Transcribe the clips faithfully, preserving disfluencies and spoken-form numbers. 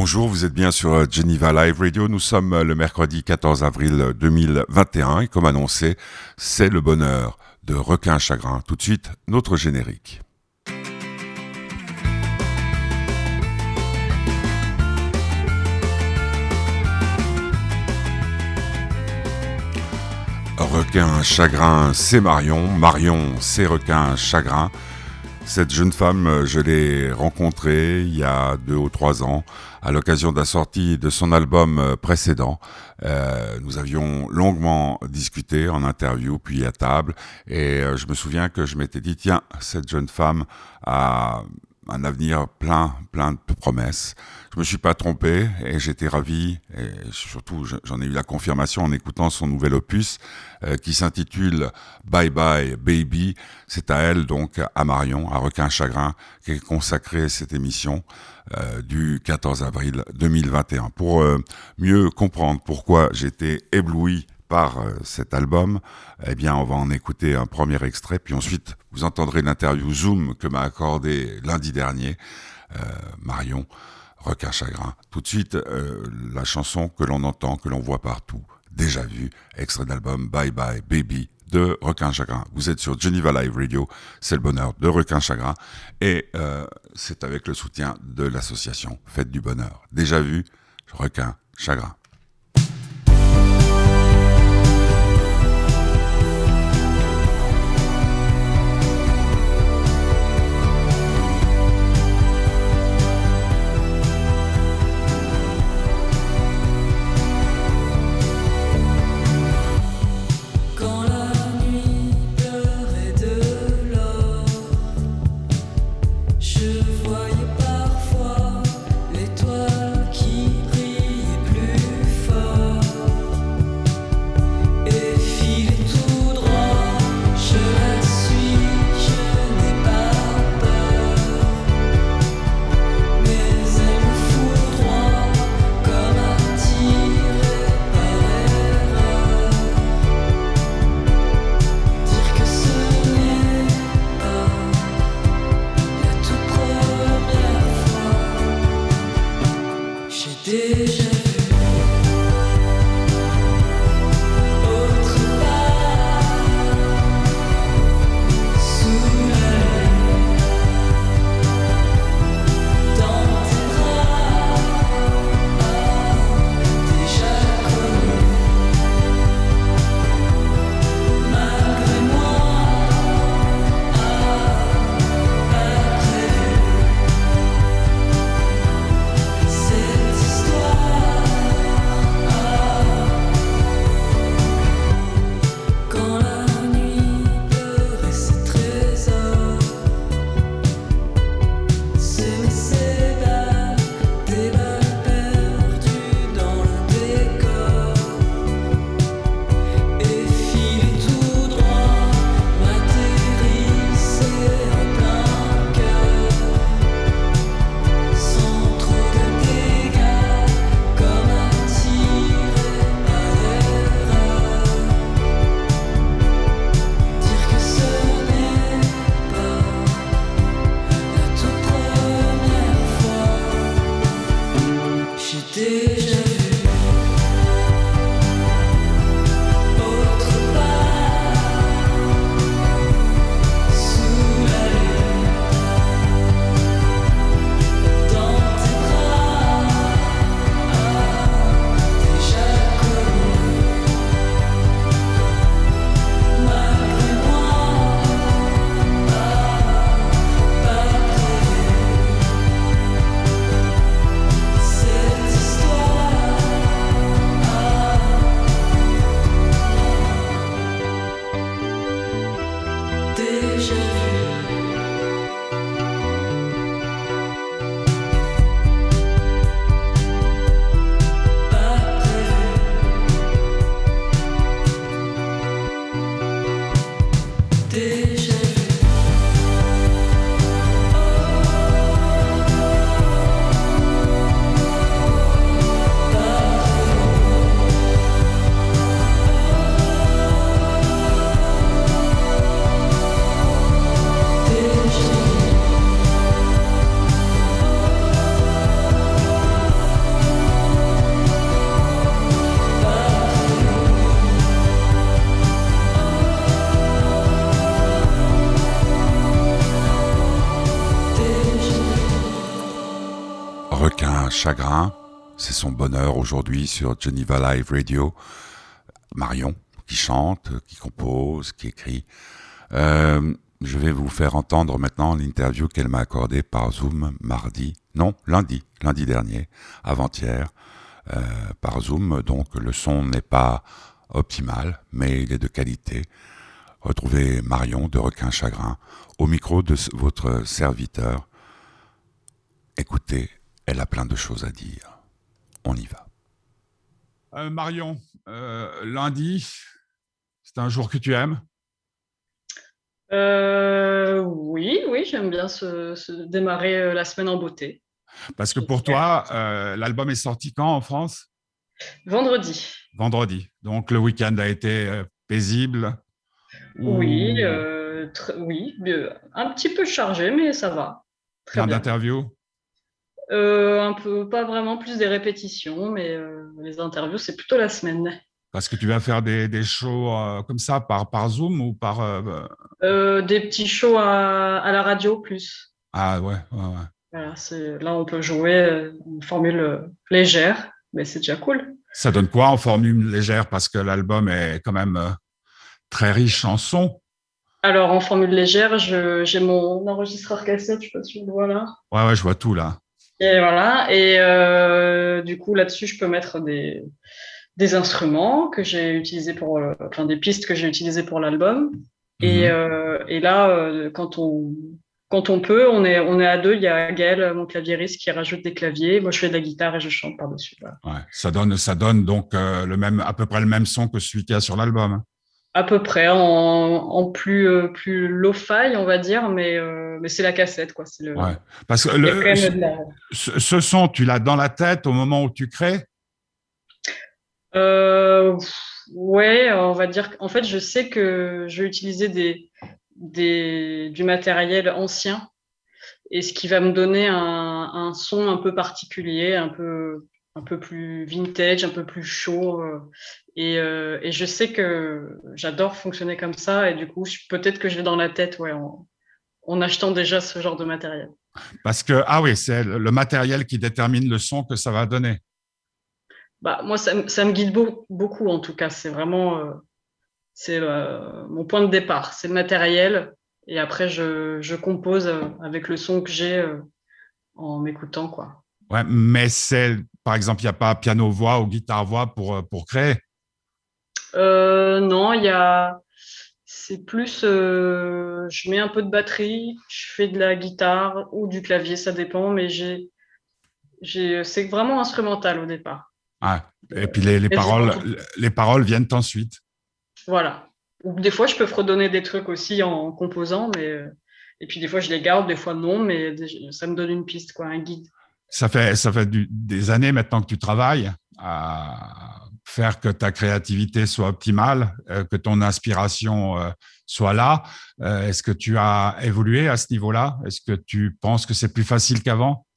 Bonjour, vous êtes bien sur Geneva Live Radio. Nous sommes le mercredi quatorze avril deux mille vingt et un et comme annoncé, c'est le bonheur de Requin Chagrin. Tout de suite, notre générique. Requin Chagrin, c'est Marion. Marion, c'est Requin Chagrin. Cette jeune femme, je l'ai rencontrée il y a deux ou trois ans à l'occasion de la sortie de son album précédent. Euh, nous avions longuement discuté en interview puis à table et euh, je me souviens que je m'étais dit tiens, cette jeune femme a un avenir plein, plein de promesses. Je me suis pas trompé et j'étais ravi et surtout j'en ai eu la confirmation en écoutant son nouvel opus euh, qui s'intitule Bye Bye Baby. C'est à elle donc, à Marion, à Requin Chagrin, qui est consacrée cette émission euh, du quatorze avril deux mille vingt et un. Pour euh, mieux comprendre pourquoi j'étais ébloui par euh, cet album, eh bien on va en écouter un premier extrait, puis ensuite vous entendrez l'interview Zoom que m'a accordé lundi dernier euh, Marion, Requin Chagrin. Tout de suite, euh, la chanson que l'on entend, que l'on voit partout, déjà vue, extrait d'album Bye Bye Baby de Requin Chagrin. Vous êtes sur Geneva Live Radio, c'est le bonheur de Requin Chagrin et euh, c'est avec le soutien de l'association Fête du Bonheur. Déjà vu, Requin Chagrin. Cette histoire Requin Chagrin, c'est son bonheur aujourd'hui sur Geneva Live Radio. Marion, qui chante, qui compose, qui écrit. Euh, je vais vous faire entendre maintenant l'interview qu'elle m'a accordée par Zoom mardi, non, lundi, lundi dernier, avant-hier, euh, par Zoom. Donc le son n'est pas optimal, mais il est de qualité. Retrouvez Marion de Requin Chagrin au micro de votre serviteur. Écoutez, elle a plein de choses à dire. On y va. Euh, Marion, euh, lundi, c'est un jour que tu aimes? Euh, oui, oui, j'aime bien se, se démarrer euh, la semaine en beauté. Parce que pour toi, euh, l'album est sorti quand en France? Vendredi. Vendredi. Donc le week-end a été euh, paisible Oui, ou euh, tr- oui, euh, un petit peu chargé, mais ça va. Très plein bien. d'interviews? Euh, un peu, pas vraiment plus des répétitions, mais euh, les interviews, c'est plutôt la semaine. Parce que tu vas faire des, des shows euh, comme ça par, par Zoom ou par... euh, Euh, des petits shows à, à la radio plus. Ah ouais, ouais, ouais. Voilà, c'est, là, on peut jouer euh, en formule euh, légère, mais c'est déjà cool. Ça donne quoi en formule légère? Parce que l'album est quand même euh, très riche en sons. Alors, en formule légère, je, j'ai mon enregistreur cassette, je sais pas si tu le vois là. Ouais, ouais, je vois tout là. Et voilà. Et euh, du coup, là-dessus, je peux mettre des, des instruments que j'ai utilisés pour, euh, enfin, des pistes que j'ai utilisées pour l'album. Et, Mhm. euh, et là, euh, quand on, quand on peut, on est, on est à deux. Il y a Gaël, mon claviériste, qui rajoute des claviers. Moi, je fais de la guitare et je chante par-dessus. Voilà. Ouais, ça donne, ça donne donc euh, le même, à peu près le même son que celui qu'il y a sur l'album. À peu près, en, en plus, euh, plus lo-fi, on va dire, mais, euh, mais c'est la cassette, quoi. C'est le, Ouais, parce que il y a quand le, ce, même de la, ce son, tu l'as dans la tête au moment où tu crées. Euh, ouais, on va dire qu'en fait, je sais que je vais utiliser des, des, du matériel ancien et ce qui va me donner un, un son un peu particulier, un peu, un peu plus vintage, un peu plus chaud. euh, Et, euh, et je sais que j'adore fonctionner comme ça et du coup, je- peut-être que je l'ai dans la tête, ouais, en, en achetant déjà ce genre de matériel. Parce que, ah oui, c'est le matériel qui détermine le son que ça va donner. Bah, moi, ça, me- ça me guide beau- beaucoup, en tout cas. C'est vraiment, euh, c'est euh, mon point de départ, c'est le matériel. Et après, je, je compose euh, avec le son que j'ai euh, en m'écoutant, quoi. Ouais, mais c'est, par exemple, il n'y a pas piano-voix ou guitare-voix pour, euh, pour créer. Euh, non, il y a, c'est plus, euh, je mets un peu de batterie, je fais de la guitare ou du clavier, ça dépend, mais j'ai, j'ai, c'est vraiment instrumental au départ. Ah, et puis les, les Quasiment paroles, tout. les paroles viennent ensuite. Voilà. Ou des fois, je peux fredonner des trucs aussi en composant, mais, euh, et puis des fois, je les garde, des fois non, mais des- ça me donne une piste, quoi, un guide. Ça fait, ça fait du- des années maintenant que tu travailles à faire que ta créativité soit optimale, euh, que ton inspiration euh, soit là. Euh, est-ce que tu as évolué à ce niveau-là? Est-ce que tu penses que c'est plus facile qu'avant?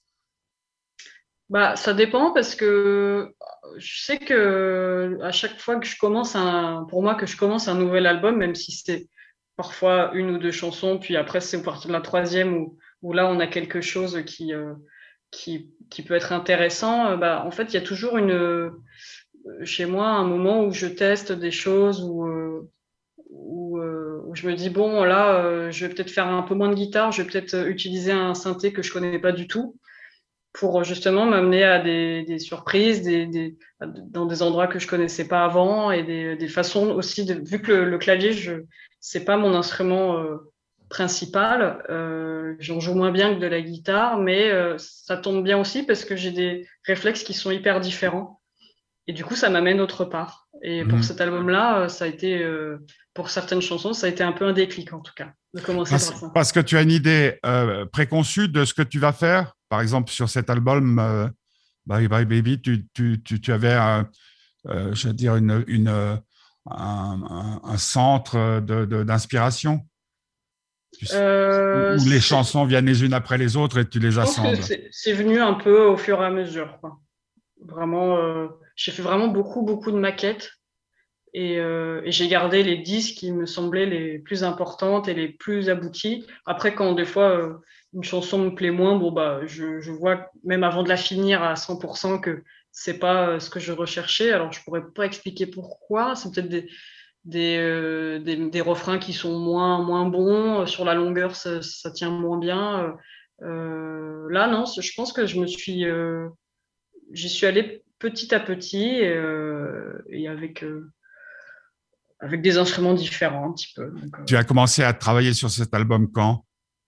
Bah, ça dépend parce que je sais que à chaque fois que je commence un, pour moi que je commence un nouvel album, même si c'est parfois une ou deux chansons, puis après c'est à partir de la troisième où, où là on a quelque chose qui, euh, qui, qui peut être intéressant, euh, bah, en fait il y a toujours une, euh, chez moi un moment où je teste des choses où, euh, où, euh, où je me dis bon là euh, je vais peut-être faire un peu moins de guitare, je vais peut-être utiliser un synthé que je connais pas du tout pour justement m'amener à des, des surprises, des, des, dans des endroits que je connaissais pas avant et des, des façons aussi de, vu que le, le clavier, je, c'est pas mon instrument euh, principal, euh, j'en joue moins bien que de la guitare, mais euh, ça tombe bien aussi parce que j'ai des réflexes qui sont hyper différents et du coup ça m'amène autre part. Et pour Mhm. cet album-là, euh, ça a été, euh, pour certaines chansons, ça a été un peu un déclic en tout cas, de commencer par Parce, le synthé. parce que tu as une idée euh, préconçue de ce que tu vas faire. Par exemple, sur cet album euh, Bye Bye Baby, tu, tu, tu, tu avais, euh, euh, je veux dire, une, une, euh, un, un, un centre de, de, d'inspiration Euh, où les c'est- chansons viennent les unes après les autres et tu les Je pense que assembles. c'est c'est venu un peu au fur et à mesure, quoi. Vraiment, euh, j'ai fait vraiment beaucoup, beaucoup de maquettes. Et, euh, et j'ai gardé les dix qui me semblaient les plus importantes et les plus abouties. Après, quand des fois euh, une chanson me plaît moins, bon bah je, je vois même avant de la finir à cent pour cent que c'est pas euh, ce que je recherchais. Alors je pourrais pas expliquer pourquoi. C'est peut-être des, des, euh, des, des refrains qui sont moins, moins bons. Sur la longueur, ça, ça tient moins bien. Euh, là, non, je pense que je me suis, euh, j'y suis allée petit à petit euh, et avec, euh, avec des instruments différents un petit peu. Donc, Tu euh, as commencé à travailler sur cet album quand?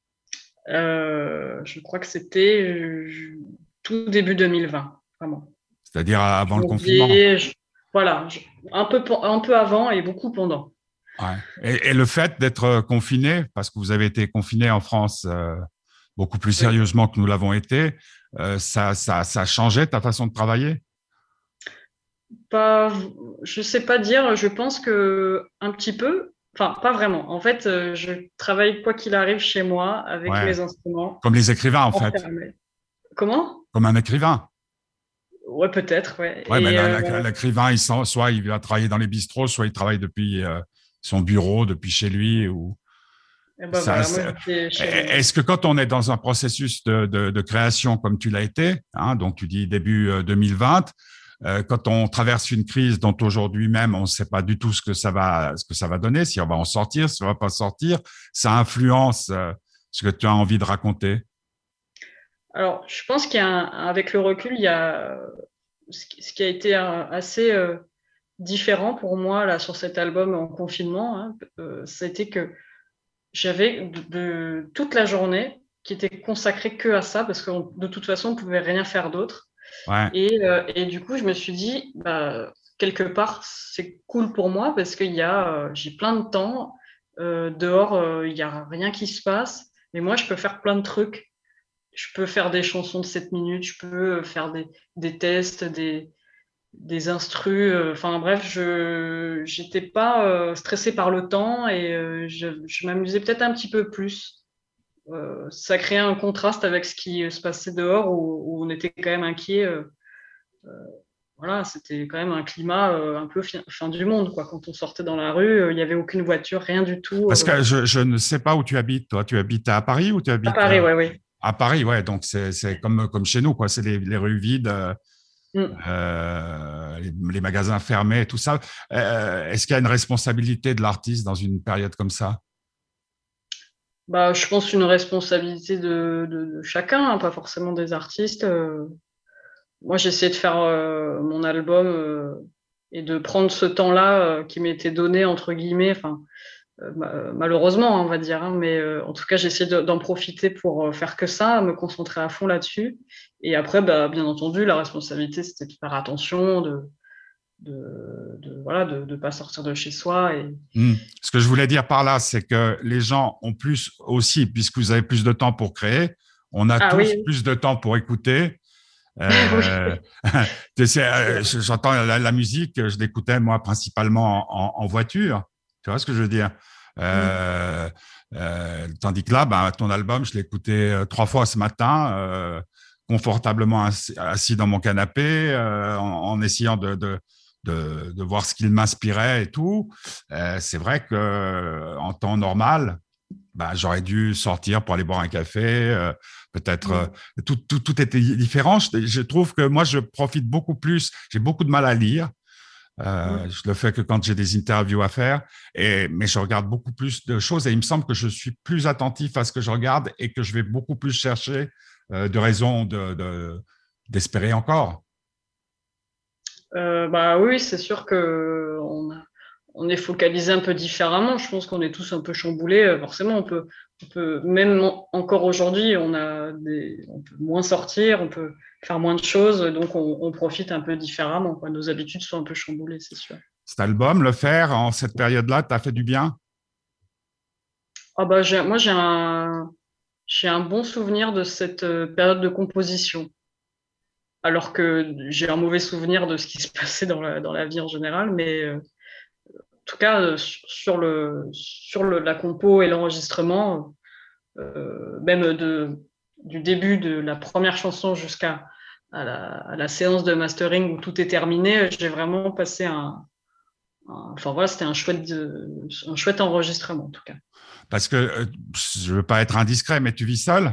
euh, je crois que c'était euh, tout début deux mille vingt, vraiment. C'est-à-dire avant le confinement. Janvier, je- voilà, je- un peu, pen- un peu avant et beaucoup pendant. Ouais. Et, et le fait d'être confiné, parce que vous avez été confiné en France euh, beaucoup plus Oui. sérieusement que nous l'avons été, euh, ça, ça, ça a changé ta façon de travailler? Pas, je sais pas dire, je pense que un petit peu, enfin pas vraiment. En fait, euh, je travaille quoi qu'il arrive chez moi avec Ouais. mes instruments Comme les écrivains, en fait. enfermés. Comment? Comme un écrivain. Ouais, peut-être, ouais. Ouais, mais Et la- euh, la- l'écrivain, il s'en- soit il va travailler dans les bistrots, soit il travaille depuis euh, son bureau, depuis chez lui. Ou et ben ça, voilà, moi c'est- j'étais chez moi. est-ce que quand on est dans un processus de, de- de création comme tu l'as été, hein, donc tu dis début euh, deux mille vingt, euh, quand on traverse une crise dont aujourd'hui même on ne sait pas du tout ce que ça va, ce que ça va donner, si on va en sortir, si on va pas sortir, ça influence euh, ce que tu as envie de raconter. Alors, je pense qu'il y a, un- avec le recul, il y a ce qui ce qui a été euh, assez euh, différent pour moi là sur cet album en confinement, hein, euh, c'était que j'avais de, de- toute la journée qui était consacrée que à ça parce que on- de toute façon on pouvait rien faire d'autre. Ouais, Et, euh, et du coup je me suis dit bah, quelque part c'est cool pour moi parce qu'il y a euh, j'ai plein de temps euh, dehors, euh, il y a rien qui se passe mais moi je peux faire plein de trucs. Je peux faire des chansons de sept minutes, je peux faire des, des tests, des, des instrus. euh, Enfin bref, je j'étais pas euh, stressée par le temps et euh, je, je m'amusais peut-être un petit peu plus. Euh, ça créait un contraste avec ce qui se passait dehors où, où on était quand même inquiet. euh, voilà, c'était quand même un climat euh, un peu fin, fin du monde, quoi. Quand on sortait dans la rue, euh, il n'y avait aucune voiture, rien du tout. parce euh. que je, je ne sais pas où tu habites. Toi, tu habites à Paris ou tu À habites Paris, euh, ouais, ouais. à Paris? Ouais, donc c'est c'est comme comme chez nous, quoi. C'est les, les rues vides. euh, Mm. euh, les, les magasins fermés, tout ça. Euh, est-ce qu'il y a une responsabilité de l'artiste dans une période comme ça? Bah, je pense une responsabilité de, de, de chacun, hein, pas forcément des artistes. euh. Moi, j'ai essayé de faire euh, mon album euh, et de prendre ce temps-là euh, qui m'était donné, entre guillemets, enfin, euh, ma- malheureusement, hein, on va dire, hein, mais euh, en tout cas, j'ai essayé de- d'en profiter pour euh, faire que ça, me concentrer à fond là-dessus. Et après, bah, bien entendu, la responsabilité, c'était de faire attention, de, de, de, voilà, de ne pas sortir de chez soi. Et... Hmm. Ce que je voulais dire par là, c'est que les gens ont plus aussi, puisque vous avez plus de temps pour créer, on a Ah tous oui, plus de temps pour écouter. oui, Euh, tu sais, c'est euh, vrai. j'entends la, la musique, je l'écoutais moi principalement en, en, voiture. Tu vois ce que je veux dire? Mm. Euh, euh, tandis que là, bah, ton album, je l'ai écouté euh, trois fois ce matin, euh, confortablement assis, assis dans mon canapé, euh, en, en essayant de, de, de, de voir ce qu'il m'inspirait et tout. Euh, c'est vrai que en temps normal, bah, j'aurais dû sortir pour aller boire un café, euh, peut-être euh, Mm. tout, tout, tout était différent. Je, je trouve que moi, je profite beaucoup plus. J'ai beaucoup de mal à lire. Euh, Mm. je le fais que quand j'ai des interviews à faire, et, mais je regarde beaucoup plus de choses et il me semble que je suis plus attentif à ce que je regarde et que je vais beaucoup plus chercher euh, de raisons de, de, d'espérer encore. Euh, bah oui, c'est sûr que on, a- on est focalisé un peu différemment. Je pense qu'on est tous un peu chamboulés. Euh, Forcément, on peut, on peut même en- encore aujourd'hui, on a des, on peut moins sortir, on peut faire moins de choses, donc on, on profite un peu différemment, quoi. Nos habitudes sont un peu chamboulées, c'est sûr. Cet album, le faire en cette période-là, t'as fait du bien? Ah bah j'ai- moi j'ai un, j'ai un bon souvenir de cette euh, période de composition, alors que j'ai un mauvais souvenir de ce qui se passait dans la, dans la vie en général, mais euh, tout cas, euh, sur le, sur le, la compo et l'enregistrement, euh, même de, du début de la première chanson jusqu'à à la, à la séance de mastering où tout est terminé, j'ai vraiment passé un, Enfin voilà, c'était un chouette, un chouette enregistrement en tout cas. Parce que euh, je veux pas être indiscret, mais tu vis seul?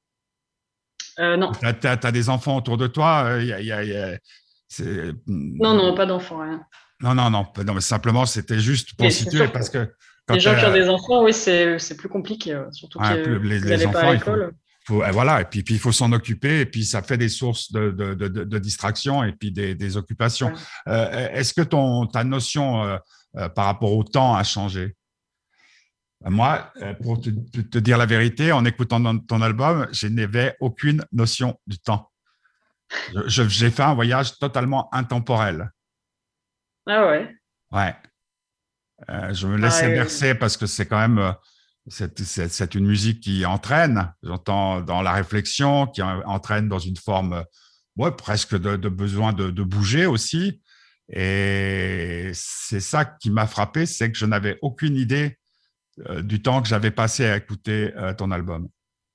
Euh, non. Tu as, des enfants autour de toi? Il y a, y a, y a, non, non, pas d'enfants, rien. Non, non, non, non, mais simplement, c'était juste pour Et c'est situer, sûr que parce que les quand gens qui ont des enfants, oui, c'est plus compliqué, surtout ouais, qu'ils les, les n'allaient pas à enfants, il faut, l'école. faut, voilà, et puis, puis il faut s'en occuper, et puis ça fait des sources de, de, de, de distraction et puis des, des occupations. Ouais. Euh, Est-ce que ton, ta notion euh, euh, par rapport au temps a changé? Moi, pour te, te, dire la vérité, en écoutant ton album, je n'avais aucune notion du temps. J'ai fait un voyage totalement intemporel. Ah ouais. Ouais. Euh, je me laissais ah, bercer parce que c'est quand même c'est une musique qui entraîne. J'entends dans la réflexion, qui entraîne dans une forme, ouais, presque de, de besoin de, de bouger aussi. Et c'est ça qui m'a frappé, c'est que je n'avais aucune idée euh, du temps que j'avais passé à écouter euh, ton album.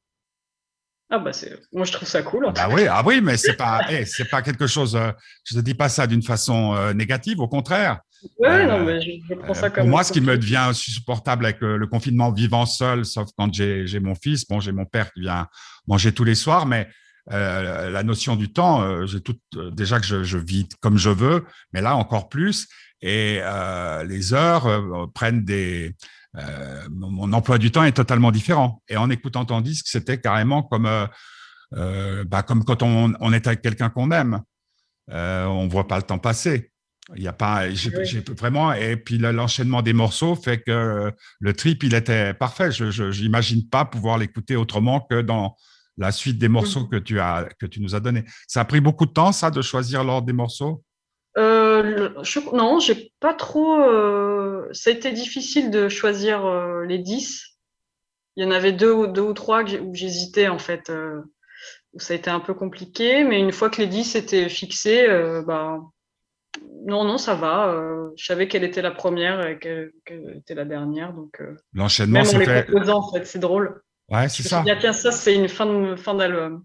Ah bah c'est, moi je trouve ça cool. En ah bah oui, ah oui, mais c'est pas, hey, c'est pas quelque chose. Euh, je te dis pas ça d'une façon euh, négative, au contraire. Ouais, Euh, non, mais je, je prends ça euh, comme pour moi, un ce qui me compliment. devient insupportable avec le, le confinement, vivant seul, sauf quand j'ai mon fils, bon, j'ai mon père qui vient manger tous les soirs, mais euh, la notion du temps, euh, j'ai tout euh, déjà que je, je vis comme je veux, mais là encore plus. Et euh, les heures euh, prennent des euh, mon emploi du temps est totalement différent. Et en écoutant ton disque, c'était carrément comme euh, euh, bah, comme quand on, on est avec quelqu'un qu'on aime, euh, on voit pas le temps passer. Il y a pas, j'ai Oui. vraiment, et puis l'enchaînement des morceaux fait que le trip il était parfait. Je n'imagine pas pouvoir l'écouter autrement que dans la suite des morceaux que tu as que tu nous as donné. Ça a pris beaucoup de temps, ça, de choisir l'ordre des morceaux. Euh, je, non, j'ai pas trop. Euh, ça a été difficile de choisir euh, les dix. Il y en avait deux, deux ou trois que où j'hésitais en fait. Euh, où ça a été un peu compliqué, mais une fois que les dix étaient fixés, euh, bah non, non, ça va. Euh, je savais quelle était la première et quelle, quelle était la dernière, donc euh, L'enchaînement même en s'est les fait. composant, en fait, c'est drôle. Ouais, Je c'est me suis dit, ça. ah, tiens, ça, c'est une fin de, fin d'album.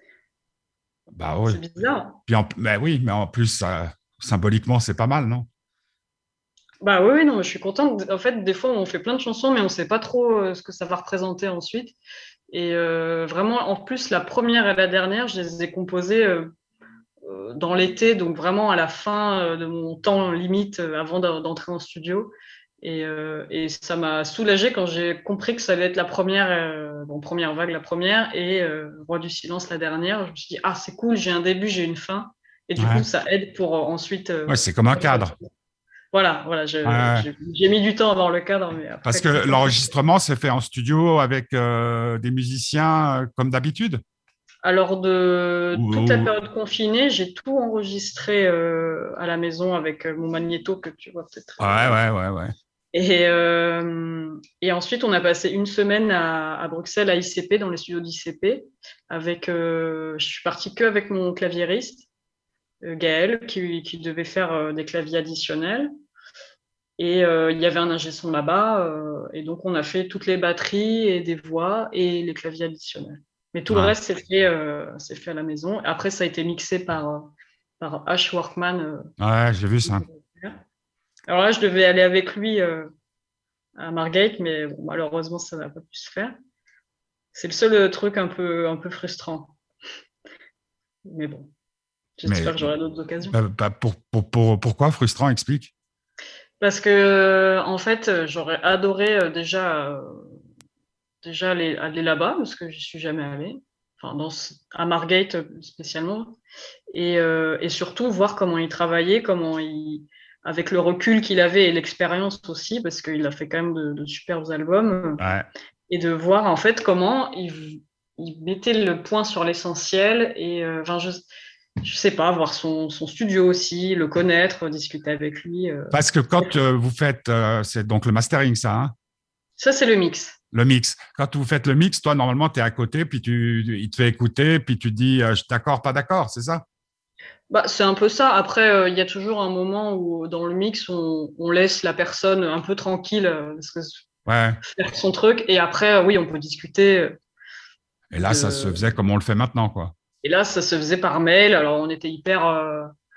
Bah oui. C'est bizarre. Puis en, mais oui, mais en plus, ça, symboliquement, c'est pas mal, non? Bah oui, oui, non, je suis contente. En fait, des fois, on fait plein de chansons, mais on ne sait pas trop euh, ce que ça va représenter ensuite. Et euh, vraiment, en plus, la première et la dernière, je les ai composées euh, euh, dans l'été, donc vraiment à la fin euh, de mon temps limite euh, avant d'entrer en studio. Et, euh, et ça m'a soulagée quand j'ai compris que ça allait être la première, euh, bon, première vague, la première, et euh, Roi du silence, la dernière. Je me suis dit, ah, c'est cool, j'ai un début, j'ai une fin. Et du coup, Ouais. ça aide pour euh, ensuite. Ouais, Euh, c'est comme un cadre. voilà, voilà, Ouais. j'ai mis du temps à avoir le cadre, mais Parce après, que une fois que l'enregistrement s'est fait en studio avec euh, des musiciens euh, comme d'habitude. Alors, de toute la Ou... période confinée, j'ai tout enregistré euh, à la maison avec euh, mon magnéto que tu vois peut-être. Ouais, Euh, ouais, ouais, ouais. et, euh, et ensuite, on a passé une semaine à, à Bruxelles, à I C P, dans les studios d'I C P. Avec, euh, je suis partie que avec mon claviériste, euh, Gaël, qui, qui devait faire euh, des claviers additionnels. Et euh, il y avait un ingé son là-bas. Euh, et donc, on a fait toutes les batteries et des voix et les claviers additionnels. Mais tout le Ouais, reste, c'est fait, euh, c'est fait à la maison. Après, ça a été mixé par, euh, par Ash Workman. ouais, j'ai vu ça. Euh. Alors là, je devais aller avec lui euh, à Margate, mais bon, malheureusement, ça n'a pas pu se faire. C'est le seul truc un peu, un peu frustrant. Mais bon, j'espère Mais que j'aurai d'autres occasions. bah, bah, pour, pour, pour, pourquoi frustrant, explique. Parce que, en fait, j'aurais adoré euh, déjà, euh, déjà aller, aller là-bas, parce que je suis jamais allée. Enfin, dans, à Margate spécialement. Et, euh, et surtout voir comment il travaillait, comment il, avec le recul qu'il avait et l'expérience aussi, parce qu'il a fait quand même de, de superbes albums, Ouais. et de voir en fait comment il, il mettait le point sur l'essentiel. Et euh, enfin, je, je sais pas, voir son, son studio aussi, le connaître, discuter avec lui. Euh. Parce que quand euh, vous faites, euh, c'est donc le mastering, ça, hein, Ça, c'est le mix. le mix. Quand vous faites le mix, toi, normalement, tu es à côté, puis tu, il te fait écouter, puis tu dis, euh, je suis d'accord, pas d'accord, c'est ça? Bah, c'est un peu ça. Après, euh, il y a toujours un moment où dans le mix, on, on laisse la personne un peu tranquille euh, parce que Ouais. faire son truc. Et après, euh, oui, on peut discuter euh, Et là, ça se de. faisait comme on le fait maintenant, quoi. Et là, ça se faisait par mail. Alors, on était hyper, euh,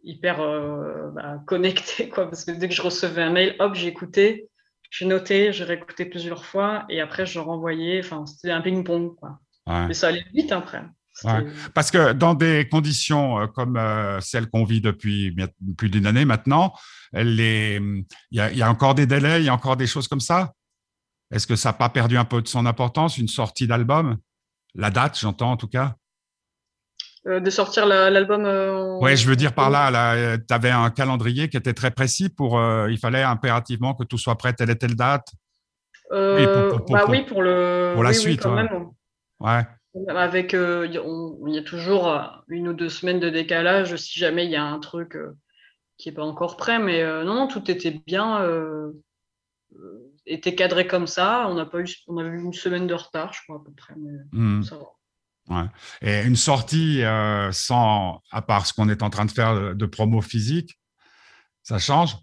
hyper euh, bah, connectée, quoi, parce que dès que je recevais un mail, hop, j'écoutais, j'ai noté, j'ai réécouté plusieurs fois, et après, je renvoyais. Enfin, c'était un ping-pong, quoi. Ouais. Mais ça allait vite après. Ouais. C'était... Parce que dans des conditions euh, comme euh, celles qu'on vit depuis bien- plus d'une année maintenant, les... il y a, il y a encore des délais, il y a encore des choses comme ça. Est-ce que ça n'a pas perdu un peu de son importance, une sortie d'album? La date, j'entends en tout cas. Euh, de sortir la- l'album Ouais, euh, je veux en... dire par là, là tu avais un calendrier qui était très précis pour, euh, il fallait impérativement que tout soit prêt telle et telle date. Oui, pour, Euh, pour, pour, bah pour, oui, pour le... pour la Oui, oui, suite, quand ouais. même. Ouais. Avec, euh, y- on- il y a toujours euh, une ou deux semaines de décalage si jamais il y a un truc euh, qui est pas encore prêt. Mais euh, non, non, tout était bien, euh, euh, était cadré comme ça. On n'a pas eu, on a eu une semaine de retard, je crois à peu près, mais Hmm. ça va. Ouais. Et une sortie euh, sans, à part ce qu'on est en train de faire de, de promo physique, ça change?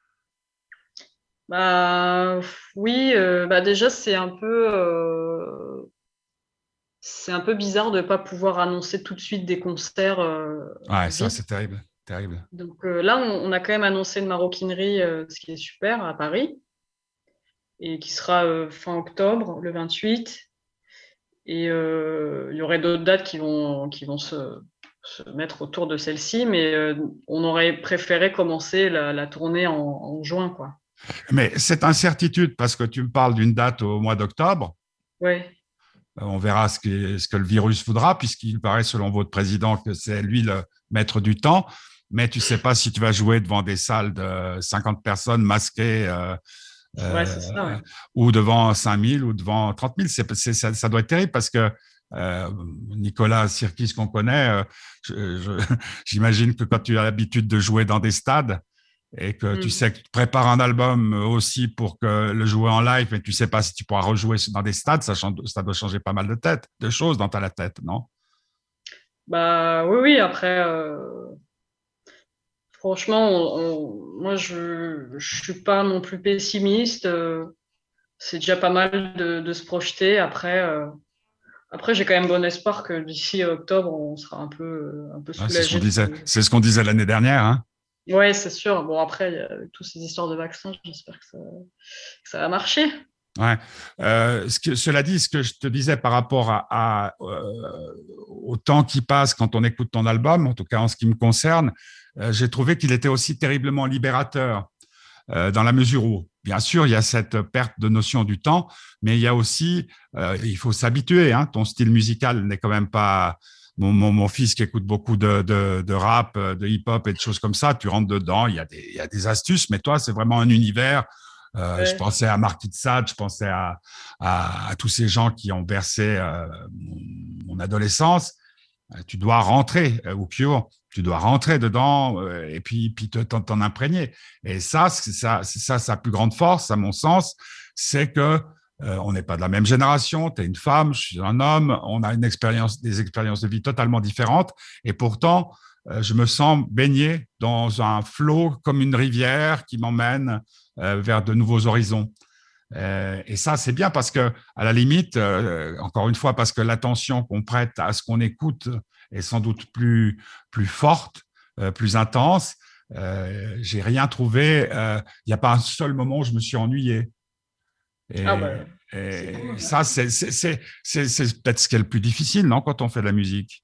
Bah oui, euh, bah déjà c'est un peu, euh, c'est un peu bizarre de pas pouvoir annoncer tout de suite des concerts euh, Ouais, ça, vite. c'est terrible, terrible. Donc euh, là, on, on a quand même annoncé une maroquinerie, euh, ce qui est super à Paris, et qui sera euh, fin octobre, le vingt-huit. Et euh, il y aurait d'autres dates qui vont, qui vont se, se mettre autour de celle-ci, mais euh, on aurait préféré commencer la, la tournée en, en juin, quoi. Mais cette incertitude, parce que tu me parles d'une date au mois d'octobre, Ouais. euh, on verra ce que, ce que le virus voudra, puisqu'il paraît, selon votre président, que c'est lui le maître du temps. Mais tu sais pas si tu vas jouer devant des salles de cinquante personnes masquées euh, Ouais, c'est ça, ouais. euh, ou devant cinq mille ou devant trente mille. C'est, c'est, ça, ça doit être terrible parce que euh, Nicolas Sirkis qu'on connaît, euh, je, je, j'imagine que quand tu as l'habitude de jouer dans des stades et que tu Mm. sais que tu prépares un album aussi pour que le jouer en live, mais tu sais pas si tu pourras rejouer dans des stades, ça, change, ça doit changer pas mal de tête, de choses dans ta tête, non? Bah oui, oui, après, euh, franchement, on- on- moi, je je suis pas non plus pessimiste. euh, c'est déjà pas mal de, de se projeter. Après, euh, après j'ai quand même bon espoir que d'ici octobre, on sera un peu, euh, un peu Ouais, c'est ce qu'on soulagé de disait, ce... c'est ce qu'on disait l'année dernière, hein. Ouais, c'est sûr. Bon, après, avec toutes ces histoires de vaccins, j'espère que ça, que ça va marcher. Ouais. Euh, ce que, cela dit, ce que je te disais par rapport à, à euh, au temps qui passe quand on écoute ton album, en tout cas en ce qui me concerne, euh, j'ai trouvé qu'il était aussi terriblement libérateur euh, dans la mesure où, bien sûr, il y a cette perte de notion du temps, mais il y a aussi, euh, il faut s'habituer. Hein, ton style musical n'est quand même pas. Mon, mon, mon fils qui écoute beaucoup de, de, de rap, de hip-hop et de choses comme ça, tu rentres dedans, il y a des, il y a des astuces, mais toi, c'est vraiment un univers. Euh, je Ouais. pensais à Marquis de Sade, je pensais à, à, à tous ces gens qui ont bercé euh, mon, mon adolescence. Euh, Tu dois rentrer euh, au Cure, tu dois rentrer dedans euh, et puis, puis te, t'en, t'en imprégner. Et ça, c'est ça, c'est ça sa plus grande force, à mon sens, c'est que euh, on n'est pas de la même génération. Tu es une femme, je suis un homme. On a une expérience, des expériences de vie totalement différentes. Et pourtant, euh, je me sens baigné dans un flot comme une rivière qui m'emmène euh, vers de nouveaux horizons. Euh, et ça, c'est bien parce que, à la limite, euh, encore une fois, parce que l'attention qu'on prête à ce qu'on écoute est sans doute plus, plus forte, euh, plus intense. Euh, j'ai rien trouvé. Il n'y a pas un seul moment où je me suis ennuyé. Ah Et, bah, c'est et cool. ça, c'est, c'est, c'est, c'est, c'est peut-être ce qui est le plus difficile, non, quand on fait de la musique.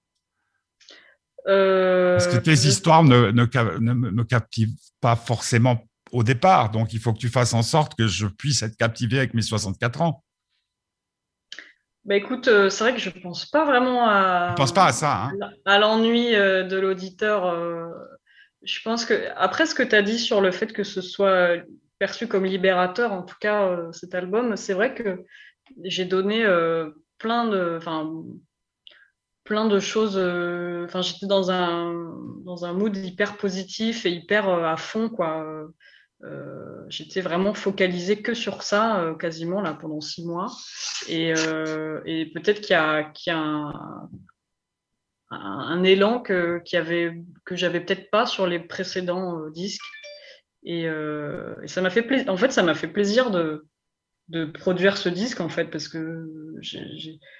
Parce que Euh, tes histoires ne, ne, ne me captivent pas forcément au départ. Donc, il faut que tu fasses en sorte que je puisse être captivé avec mes soixante-quatre ans. bah écoute, euh, c'est vrai que je pense pas vraiment Tu ne à, penses pas à ça, hein? à l'ennui euh, de l'auditeur. euh. Je pense que, après ce que tu as dit sur le fait que ce soit perçu comme libérateur, en tout cas, euh, cet album, c'est vrai que j'ai donné euh, plein de, enfin, plein de choses. euh, Enfin, j'étais dans un, dans un mood hyper positif et hyper euh, à fond, quoi. Euh, j'étais vraiment focalisée que sur ça, euh, quasiment, là, pendant six mois. Et, euh, et peut-être qu'il y a, qu'il y a un, un, un élan que, qu'il y avait, que j'avais peut-être pas sur les précédents euh, disques. Et, euh, et ça m'a fait plaisir. En fait, ça m'a fait plaisir de, de produire ce disque, en fait, parce que j'ai, j'ai-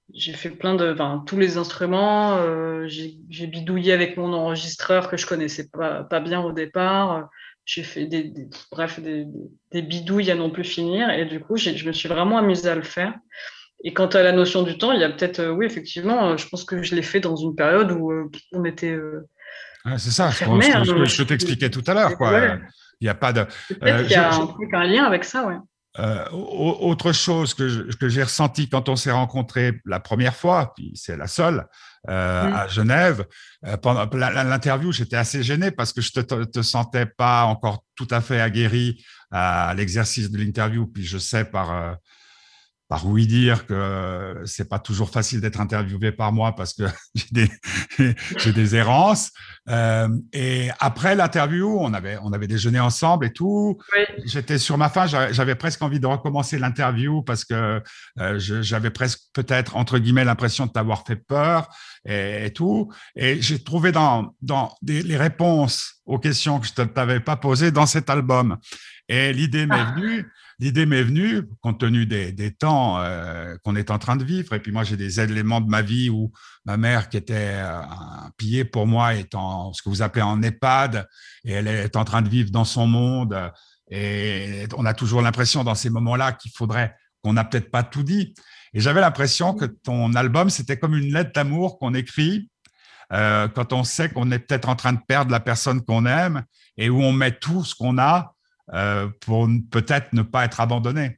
j'ai fait plein de, enfin, tous les instruments. Euh, j'ai, j'ai bidouillé avec mon enregistreur que je connaissais pas, pas bien au départ. J'ai fait des, des- bref, des, des bidouilles à non plus finir. Et du coup, j'ai, je me suis vraiment amusée à le faire. Et quant à la notion du temps, il y a peut-être, euh, oui, effectivement, euh, je pense que je l'ai fait dans une période où euh, on était euh, Ouais, c'est ça, ce, qu'on- ce enfermés. que, Hein. ce que- ce Je- que t'expliquais tout à l'heure, et quoi. ouais, Il n'y a pas de. peut-être euh, qu'il y je, a je- un truc, un lien avec ça, ouais. euh, au- autre chose que je- que j'ai ressenti quand on s'est rencontrés la première fois, puis c'est la seule, euh, Mm. à Genève, euh, pendant la- la- l'interview, j'étais assez gêné parce que je te, te, te sentais pas encore tout à fait aguerri à l'exercice de l'interview, puis je sais par euh, par oui dire que c'est pas toujours facile d'être interviewé par moi parce que j'ai des, j'ai des errances. Euh, et après l'interview, on avait, on avait déjeuné ensemble et tout. Oui. J'étais sur ma fin, j'avais presque envie de recommencer l'interview parce que euh, j'avais presque peut-être, entre guillemets, l'impression de t'avoir fait peur et, et tout. Et j'ai trouvé dans, dans des, les réponses aux questions que je ne t'avais pas posées dans cet album. Et l'idée m'est Ah, venue, l'idée m'est venue, compte tenu des, des temps euh, qu'on est en train de vivre. Et puis moi, j'ai des éléments de ma vie où ma mère, qui était euh, un pilier pour moi, est en ce que vous appelez en EHPAD, et elle est en train de vivre dans son monde. Et on a toujours l'impression dans ces moments-là qu'il faudrait qu'on n'a peut-être pas tout dit. Et j'avais l'impression que ton album, c'était comme une lettre d'amour qu'on écrit euh, quand on sait qu'on est peut-être en train de perdre la personne qu'on aime et où on met tout ce qu'on a euh, pour peut-être ne pas être abandonné.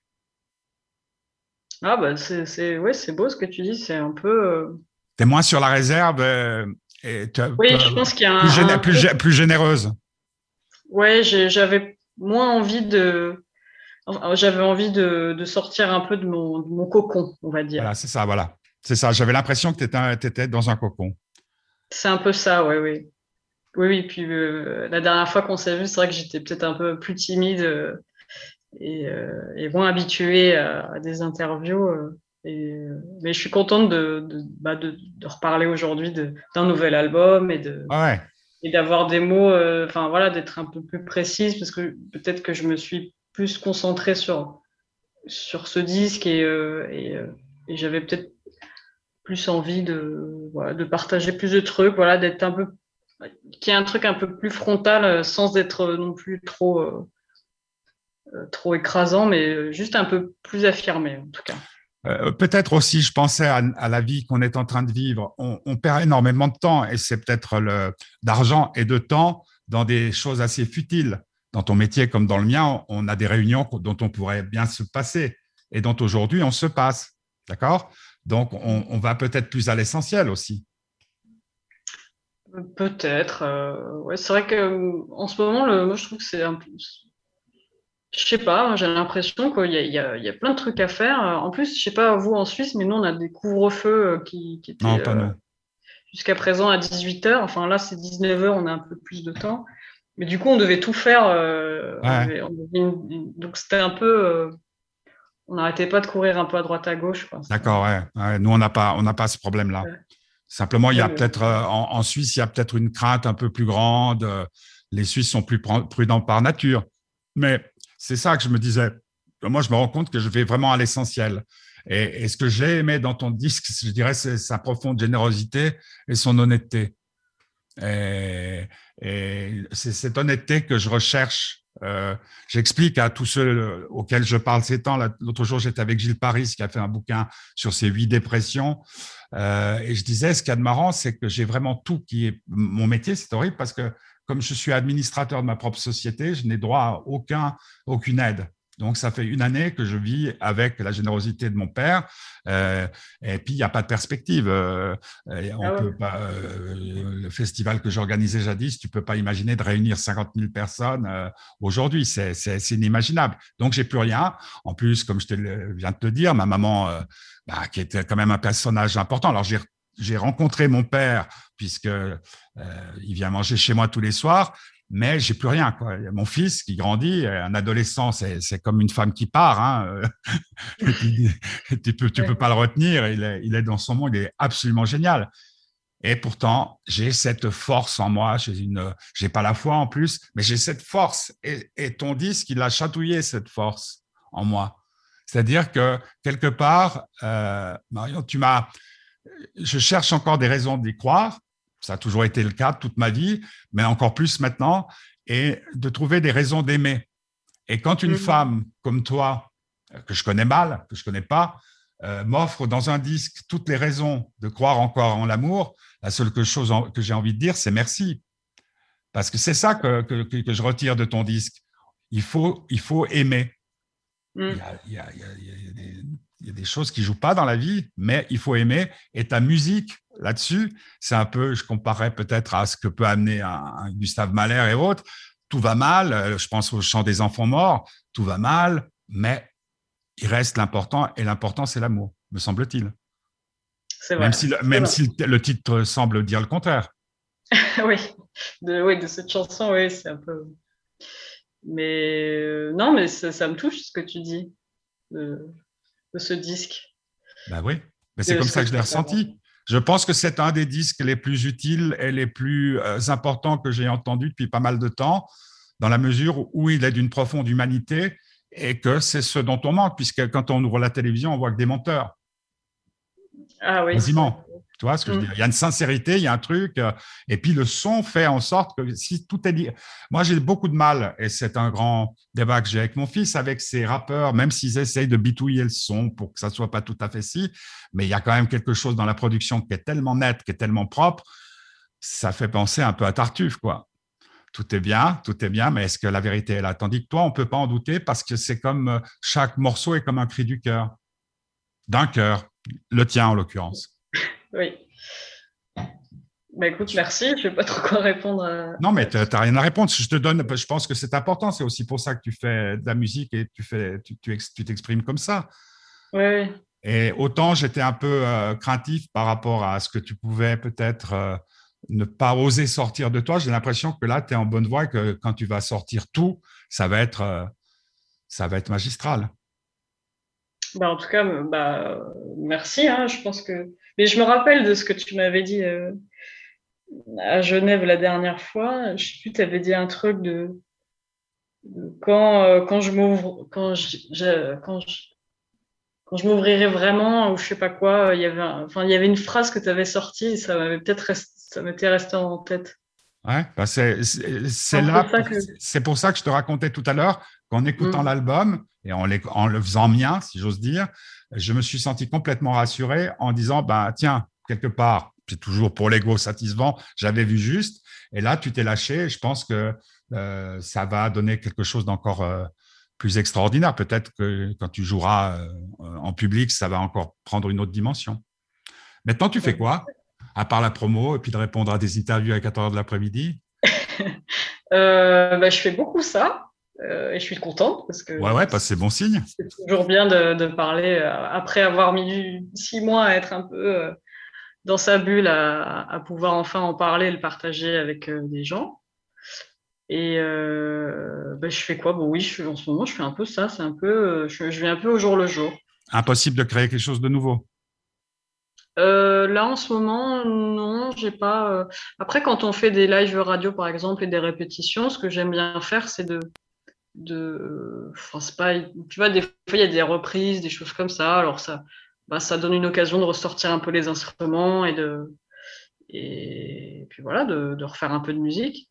ah bah c'est, c'est, ouais, c'est beau ce que tu dis. C'est un peu. euh, Tu es moins sur la réserve euh, et tu, Oui, je pense qu'il y a plus, un, géné un plus, côté. plus généreuse. Ouais, j'ai- j'avais moins envie de. Enfin, j'avais envie de, de sortir un peu de mon, de mon cocon, on va dire. Voilà, c'est ça, voilà. C'est ça. J'avais l'impression que tu étais, étais dans un cocon. C'est un peu ça, ouais, oui. Oui, oui. Puis euh, la dernière fois qu'on s'est vu, c'est vrai que j'étais peut-être un peu plus timide euh, et, euh, et moins habituée à, à des interviews. euh, et, euh, mais je suis contente de, de, bah, de, de reparler aujourd'hui de- d'un nouvel album et de, Ah ouais. et d'avoir des mots, euh, enfin voilà, d'être un peu plus précise parce que peut-être que je me suis plus concentrée sur, sur ce disque et, euh, et, euh, et j'avais peut-être plus envie de, voilà, de partager plus de trucs, voilà, d'être un peu, qu'il y ait un truc un peu plus frontal euh, sans être non plus trop, euh, trop écrasant, mais juste un peu plus affirmé en tout cas. Euh, peut-être aussi, je pensais à, à la vie qu'on est en train de vivre. On, on perd énormément de temps et c'est peut-être le d'argent et de temps dans des choses assez futiles. Dans ton métier comme dans le mien, on a des réunions dont on pourrait bien se passer et dont aujourd'hui on se passe. D'accord? Donc, on, on va peut-être plus à l'essentiel aussi. Peut-être. Euh, ouais, c'est vrai que euh, en ce moment, le, moi je trouve que c'est un peu, je sais pas, j'ai l'impression qu'il y a, il y a, il y a plein de trucs à faire. En plus, je sais pas vous en Suisse, mais nous on a des couvre-feux euh, qui, qui Non, étaient pas euh, nous. jusqu'à présent à dix-huit heures. Enfin là, c'est dix-neuf heures, on a un peu plus de temps. Mais du coup, on devait tout faire. Euh, on Ouais. devait, on devait une- une- donc c'était un peu. Euh, on n'arrêtait pas de courir un peu à droite à gauche, quoi. C'était- D'accord, ouais. Ouais. Nous, on n'a pas, on n'a pas ce problème-là. ouais. Simplement, il y Mais a bon. peut-être euh, en, en Suisse, il y a peut-être une crainte un peu plus grande. Euh, Les Suisses sont plus prudents par nature. Mais c'est ça que je me disais. Moi, je me rends compte que je vais vraiment à l'essentiel. Et, et ce que j'ai aimé dans ton disque, je dirais, c'est sa profonde générosité et son honnêteté. Et, et c'est cette honnêteté que je recherche. Euh, J'explique à tous ceux auxquels je parle ces temps. L'autre jour, j'étais avec Gilles Paris, qui a fait un bouquin sur ses huit dépressions. Euh, et je disais, ce qu'il y a de marrant, c'est que j'ai vraiment tout qui est mon métier. C'est horrible parce que comme je suis administrateur de ma propre société, je n'ai droit à aucun, aucune aide. Donc, ça fait une année que je vis avec la générosité de mon père. Euh, et puis, il n'y a pas de perspective. Euh, on Ah ouais. peut pas, euh, le festival que j'organisais jadis, tu peux pas imaginer de réunir cinquante mille personnes euh, aujourd'hui. C'est, c'est, c'est inimaginable. Donc, j'ai plus rien. En plus, comme je te le, viens de te dire, ma maman, euh, bah, qui était quand même un personnage important. Alors, j'ai j'ai rencontré mon père puisque euh, il vient manger chez moi tous les soirs, mais j'ai plus rien, quoi. Il y a mon fils qui grandit, un adolescent, c'est, c'est comme une femme qui part, hein. Et puis, tu peux, tu peux Ouais. pas le retenir. Il est, il est dans son monde, il est absolument génial. Et pourtant, j'ai cette force en moi. J'ai une, j'ai pas la foi en plus, mais j'ai cette force. Et, et ton disque, il a chatouillé cette force en moi. C'est-à-dire que quelque part, euh, Marion, tu m'as, je cherche encore des raisons d'y croire. Ça a toujours été le cas toute ma vie, mais encore plus maintenant, et de trouver des raisons d'aimer. Et quand une mmh. femme comme toi, que je connais mal, que je connais pas, euh, m'offre dans un disque toutes les raisons de croire encore en l'amour, la seule chose en, que j'ai envie de dire, c'est merci. Parce que c'est ça que, que, que je retire de ton disque. Il faut, il faut aimer. Mm. Il, y a, il, y a, il, y a, il, y a des, il y a des choses qui ne jouent pas dans la vie, mais il faut aimer. Et ta musique, là-dessus, c'est un peu, je comparerais peut-être à ce que peut amener un, un Gustave Mahler et autres. Tout va mal, je pense au chant des enfants morts, tout va mal, mais il reste l'important, et l'important, c'est l'amour, me semble-t-il. C'est vrai. Même si, le, même si le, le titre semble dire le contraire. oui. De, oui, de cette chanson, oui, c'est un peu... Mais euh, non, mais ça, ça me touche ce que tu dis de, de ce disque. Ben oui, mais c'est comme ça que je l'ai ressenti. Je pense que c'est un des disques les plus utiles et les plus euh, importants que j'ai entendu depuis pas mal de temps, dans la mesure où il est d'une profonde humanité et que c'est ce dont on manque, puisque quand on ouvre la télévision, on voit que des menteurs. Ah oui. Quasiment. Tu vois ce que mmh. je veux dire? Il y a une sincérité, il y a un truc, euh, et puis le son fait en sorte que si tout est dit. Moi, j'ai beaucoup de mal, et c'est un grand débat que j'ai avec mon fils, avec ces rappeurs, même s'ils essayent de bitouiller le son pour que ça soit pas tout à fait si, mais il y a quand même quelque chose dans la production qui est tellement net, qui est tellement propre, ça fait penser un peu à Tartuffe, quoi. Tout est bien, tout est bien, mais est-ce que la vérité est là? Tandis que toi, on peut pas en douter parce que c'est comme chaque morceau est comme un cri du cœur, d'un cœur, le tien en l'occurrence. Oui. Bah écoute, merci. Je ne vais pas trop quoi répondre. À... Non, mais tu n'as rien à répondre. Je te donne, je pense que c'est important. C'est aussi pour ça que tu fais de la musique et tu fais, tu, tu, tu t'exprimes comme ça. Oui. Et autant j'étais un peu euh, craintif par rapport à ce que tu pouvais peut-être euh, ne pas oser sortir de toi. J'ai l'impression que là, tu es en bonne voie et que quand tu vas sortir tout, ça va être, euh, ça va être magistral. Bah, en tout cas, bah, merci. Hein, je pense que. Mais je me rappelle de ce que tu m'avais dit euh, à Genève la dernière fois. Je sais plus, tu avais dit un truc de, de quand, euh, quand je m'ouvre, quand je, je, quand je, quand je m'ouvrirai vraiment, ou je sais pas quoi, il y avait, un, enfin, il y avait une phrase que tu avais sortie et ça m'avait peut-être resté, ça m'était resté en tête. Ouais, bah c'est, c'est, c'est là, que... c'est pour ça que je te racontais tout à l'heure qu'en écoutant mmh. l'album et en, les, en le faisant mien, si j'ose dire, je me suis senti complètement rassuré en disant, bah, tiens, quelque part, c'est toujours pour l'ego satisfaisant, j'avais vu juste, et là, tu t'es lâché, et je pense que euh, ça va donner quelque chose d'encore euh, plus extraordinaire. Peut-être que quand tu joueras euh, en public, ça va encore prendre une autre dimension. Maintenant, tu fais quoi ? À part la promo et puis de répondre à des interviews à quatre heures de l'après-midi? euh, bah, Je fais beaucoup ça euh, et je suis contente parce que ouais, ouais, parce que c'est bon signe. C'est toujours bien de, de parler euh, après avoir mis six mois à être un peu euh, dans sa bulle, à, à pouvoir enfin en parler et le partager avec euh, des gens. Et euh, bah, je fais quoi? Bon, oui, je, en ce moment, je fais un peu ça. C'est un peu, euh, je, je vais un peu au jour le jour. Impossible de créer quelque chose de nouveau. Euh, là, en ce moment, non, j'ai pas. Euh... Après, quand on fait des lives radio, par exemple, et des répétitions, ce que j'aime bien faire, c'est de, de. Enfin, c'est pas. Tu vois, des fois, il y a des reprises, des choses comme ça. Alors, ça, bah, ça donne une occasion de ressortir un peu les instruments et de. Et puis voilà, de, de refaire un peu de musique.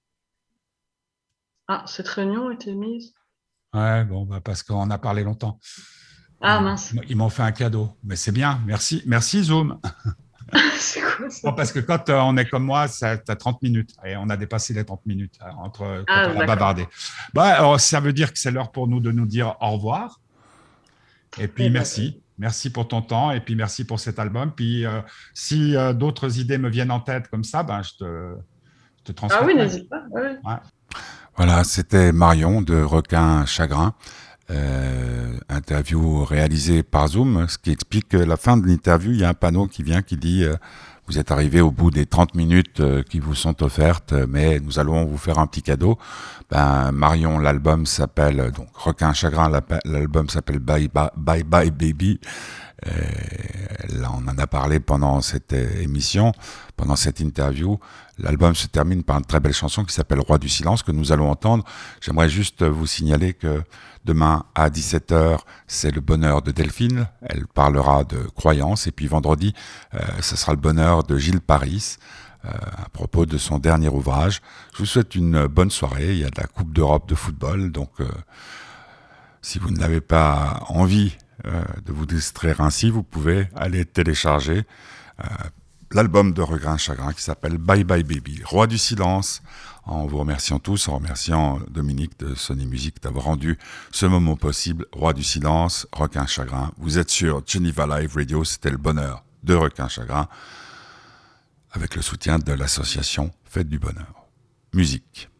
Ah, cette réunion a été mise. Ouais, bon, bah, parce qu'on a parlé longtemps. Ah mince. Ils, ils m'ont fait un cadeau, mais c'est bien. Merci, merci Zoom. C'est quoi ça? Non, parce que quand euh, on est comme moi, tu as trente minutes et on a dépassé les trente minutes euh, entre quand ah, on a bavardé. Bah, alors, ça veut dire que c'est l'heure pour nous de nous dire au revoir. Et puis, et merci. Ben, merci pour ton temps et puis merci pour cet album. Puis, euh, si euh, d'autres idées me viennent en tête comme ça, ben, je te, je te transmets. Ah oui, n'hésite pas. Ouais. Ouais. Voilà, c'était Marion de Requin Chagrin. Euh, interview réalisée par Zoom, ce qui explique que la fin de l'interview, il y a un panneau qui vient qui dit euh, vous êtes arrivé au bout des trente minutes euh, qui vous sont offertes, mais nous allons vous faire un petit cadeau. Ben, Marion, l'album s'appelle donc Requin Chagrin, l'album s'appelle Bye Bye Bye Bye Baby, Et là, on en a parlé pendant cette émission, pendant cette interview. L'album se termine par une très belle chanson qui s'appelle Roi du silence, que nous allons entendre. J'aimerais juste vous signaler que demain à dix-sept heures, c'est le bonheur de Delphine. Elle parlera de croyances. Et puis vendredi, euh, ce sera le bonheur de Gilles Paris, euh, à propos de son dernier ouvrage. Je vous souhaite une bonne soirée. Il y a de la Coupe d'Europe de football, donc euh, si vous n'avez pas envie euh, de vous distraire ainsi, vous pouvez aller télécharger euh, l'album de Requin Chagrin qui s'appelle Bye Bye Baby, Roi du silence. En vous remerciant tous, en remerciant Dominique de Sony Music d'avoir rendu ce moment possible. Roi du silence, Requin Chagrin. Vous êtes sur Geneva Live Radio, c'était le bonheur de Requin Chagrin avec le soutien de l'association Fête du Bonheur. Musique.